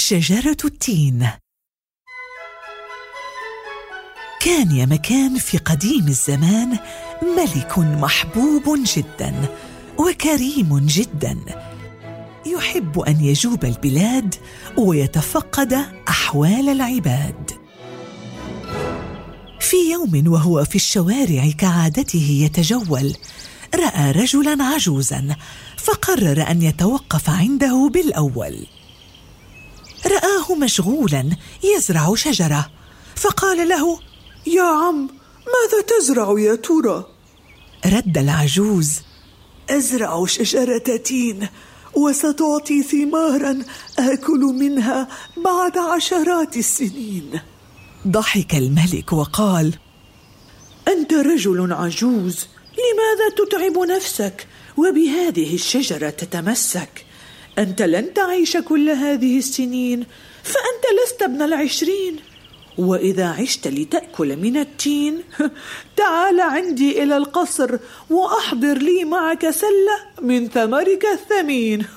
شجرة التين. كان يا مكان في قديم الزمان ملك محبوب جدا وكريم جدا، يحب أن يجوب البلاد ويتفقد أحوال العباد. في يوم وهو في الشوارع كعادته يتجول، رأى رجلاً عجوزاً فقرر أن يتوقف عنده بالأول. رآه مشغولاً يزرع شجرة فقال له: يا عم، ماذا تزرع يا ترى؟ رد العجوز: أزرع شجرة تين وستعطي ثماراً آكل منها بعد عشرات السنين. ضحك الملك وقال: أنت رجل عجوز، لماذا تتعب نفسك وبهذه الشجرة تتمسك؟ أنت لن تعيش كل هذه السنين، فأنت لست ابن 20. وإذا عشت لتأكل من التين تعال عندي إلى القصر وأحضر لي معك سلة من ثمرك الثمين.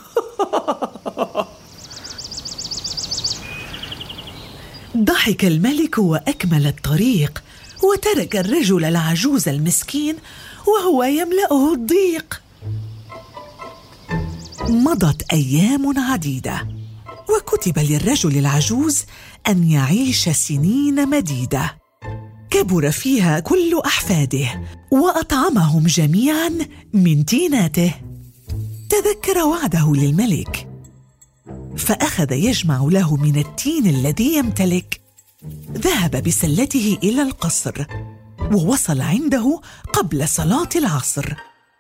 ضحك الملك وأكمل الطريق، وترك الرجل العجوز المسكين وهو يملأه الضيق. مضت أيام عديدة، وكتب للرجل العجوز أن يعيش سنين مديدة، كبر فيها كل أحفاده وأطعمهم جميعا من تيناته. تذكر وعده للملك، فأخذ يجمع له من التين الذي يمتلك. ذهب بسلته إلى القصر ووصل عنده قبل صلاة العصر.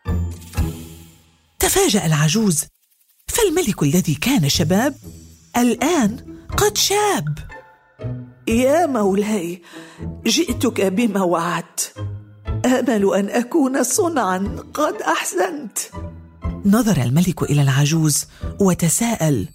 تفاجأ العجوز، فالملك الذي كان شباب الآن قد شاب. يا مولاي، جئتك بما وعدت، آمل أن أكون صنعا قد أحسنت. نظر الملك إلى العجوز وتساءل: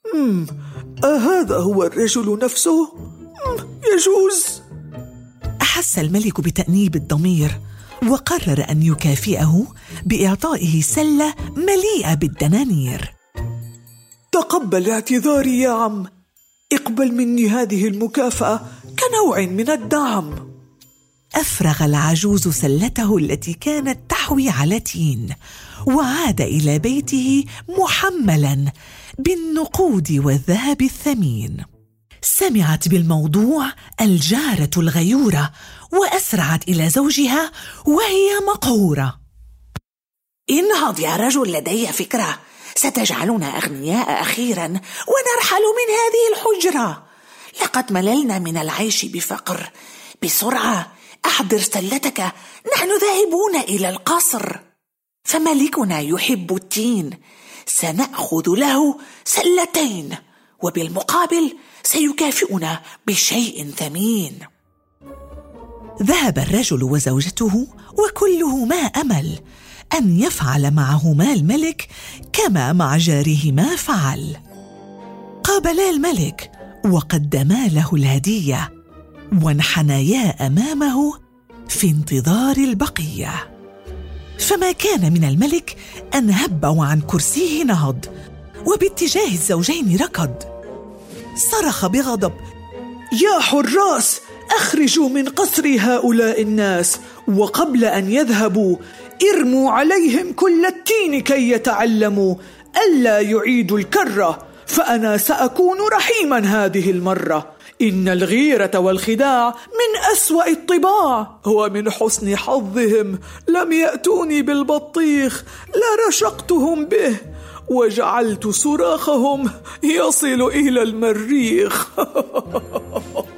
أهذا هو الرجل نفسه؟ يجوز. أحس الملك بتأنيب الضمير وقرر أن يكافئه بإعطائه سلة مليئة بالدنانير. تقبل اعتذاري يا عم، اقبل مني هذه المكافأة كنوع من الدعم. أفرغ العجوز سلته التي كانت تحوي على تين، وعاد إلى بيته محملاً بالنقود والذهب الثمين. سمعت بالموضوع الجارة الغيورة وأسرعت إلى زوجها وهي مقهورة: انهض يا رجل، لدي فكرة ستجعلنا أغنياء أخيرا ونرحل من هذه الحجرة. لقد مللنا من العيش بفقر. بسرعة أحضر سلتك، نحن ذاهبون إلى القصر، فملكنا يحب التين. سنأخذ له سلتين، وبالمقابل سيكافئنا بشيء ثمين. ذهب الرجل وزوجته وكلهما أمل أن يفعل معهما الملك كما مع جارهما فعل. قابلا الملك وقدما له الهدية، وانحنيا أمامه في انتظار البقية. فما كان من الملك أن هب وعن كرسيه نهض، وباتجاه الزوجين ركض. صرخ بغضب: يا حراس، أخرجوا من قصر هؤلاء الناس، وقبل أن يذهبوا ارموا عليهم كل التين كي يتعلموا ألا يعيدوا الكرة، فأنا سأكون رحيما هذه المرة. إن الغيرة والخداع من أسوأ الطباع، ومن حسن حظهم لم يأتوني بالبطيخ لرشقتهم به وجعلت صراخهم يصل إلى المريخ.